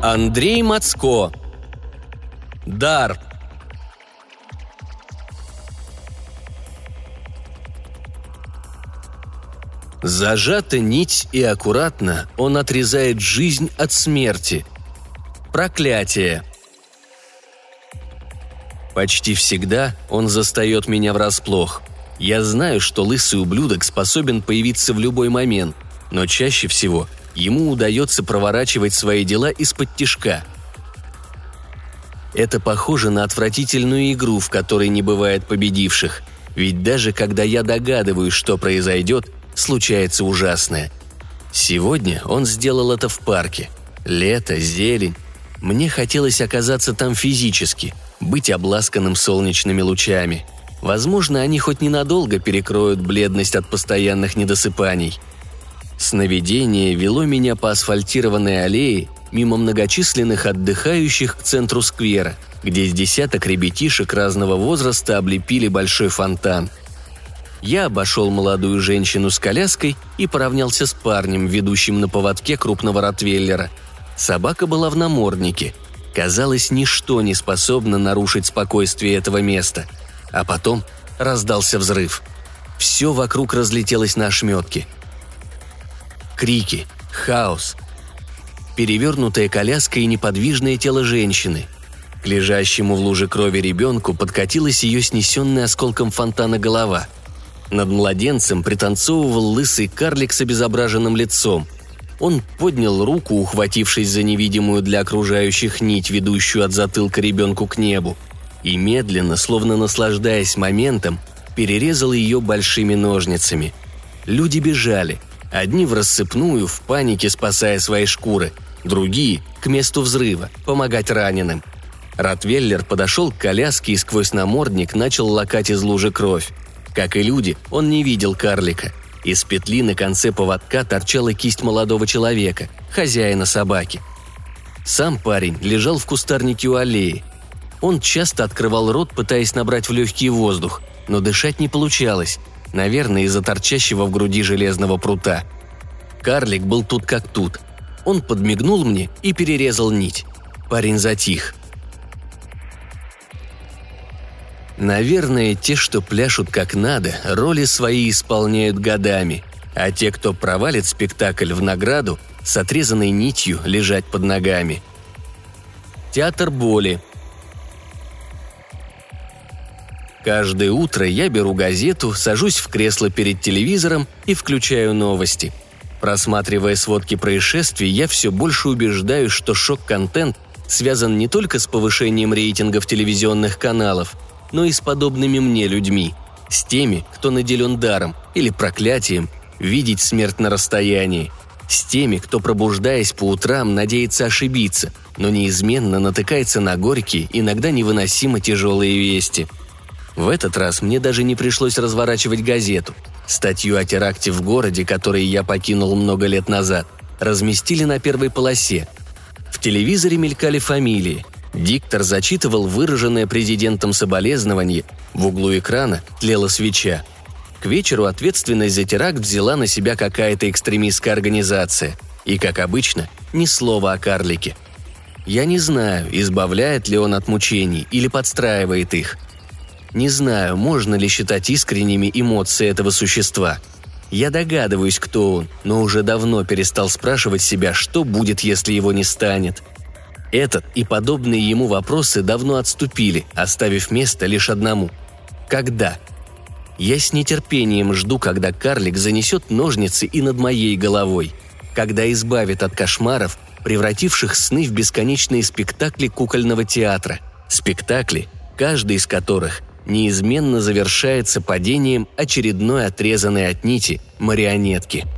Андрей Мацко. Дар. Зажата нить, и аккуратно он отрезает жизнь от смерти. Проклятие. Почти всегда он застает меня врасплох. Я знаю, что лысый ублюдок способен появиться в любой момент, но чаще всего ему удается проворачивать свои дела из-под тишка. Это похоже на отвратительную игру, в которой не бывает победивших. Ведь даже когда я догадываюсь, что произойдет, случается ужасное. Сегодня он сделал это в парке. Лето, зелень. Мне хотелось оказаться там физически, быть обласканным солнечными лучами. Возможно, они хоть ненадолго перекроют бледность от постоянных недосыпаний. Сновидение вело меня по асфальтированной аллее мимо многочисленных отдыхающих к центру сквера, где с десяток ребятишек разного возраста облепили большой фонтан. Я обошел молодую женщину с коляской и поравнялся с парнем, ведущим на поводке крупного ротвейлера. Собака была в наморднике. Казалось, ничто не способно нарушить спокойствие этого места. А потом раздался взрыв. Все вокруг разлетелось на ошметки. Крики, хаос. Перевернутая коляска и неподвижное тело женщины. К лежащему в луже крови ребенку подкатилась ее снесенная осколком фонтана голова. Над младенцем пританцовывал лысый карлик с обезображенным лицом. Он поднял руку, ухватившись за невидимую для окружающих нить, ведущую от затылка ребенку к небу, и медленно, словно наслаждаясь моментом, перерезал ее большими ножницами. Люди бежали. Одни врассыпную, в панике спасая свои шкуры, другие – к месту взрыва, помогать раненым. Ротвейлер подошел к коляске и сквозь намордник начал лакать из лужи кровь. Как и люди, он не видел карлика. Из петли на конце поводка торчала кисть молодого человека, хозяина собаки. Сам парень лежал в кустарнике у аллеи. Он часто открывал рот, пытаясь набрать в легкий воздух, но дышать не получалось, наверное, из-за торчащего в груди железного прута. Карлик был тут как тут. Он подмигнул мне и перерезал нить. Парень затих. Наверное, те, что пляшут как надо, роли свои исполняют годами, а те, кто провалит спектакль в награду, с отрезанной нитью лежать под ногами. Театр боли. Каждое утро я беру газету, сажусь в кресло перед телевизором и включаю новости. Просматривая сводки происшествий, я все больше убеждаюсь, что шок-контент связан не только с повышением рейтингов телевизионных каналов, но и с подобными мне людьми, с теми, кто наделен даром или проклятием видеть смерть на расстоянии, с теми, кто, пробуждаясь по утрам, надеется ошибиться, но неизменно натыкается на горькие, иногда невыносимо тяжелые вести. В этот раз мне даже не пришлось разворачивать газету. Статью о теракте в городе, который я покинул много лет назад, разместили на первой полосе. В телевизоре мелькали фамилии. Диктор зачитывал выраженное президентом соболезнование, в углу экрана тлела свеча. К вечеру ответственность за теракт взяла на себя какая-то экстремистская организация. И, как обычно, ни слова о карлике. Я не знаю, избавляет ли он от мучений или подстраивает их. Не знаю, можно ли считать искренними эмоции этого существа. Я догадываюсь, кто он, но уже давно перестал спрашивать себя, что будет, если его не станет. Этот и подобные ему вопросы давно отступили, оставив место лишь одному – когда? Я с нетерпением жду, когда карлик занесет ножницы и над моей головой, когда избавит от кошмаров, превративших сны в бесконечные спектакли кукольного театра, спектакли, каждый из которых неизменно завершается падением очередной отрезанной от нити марионетки.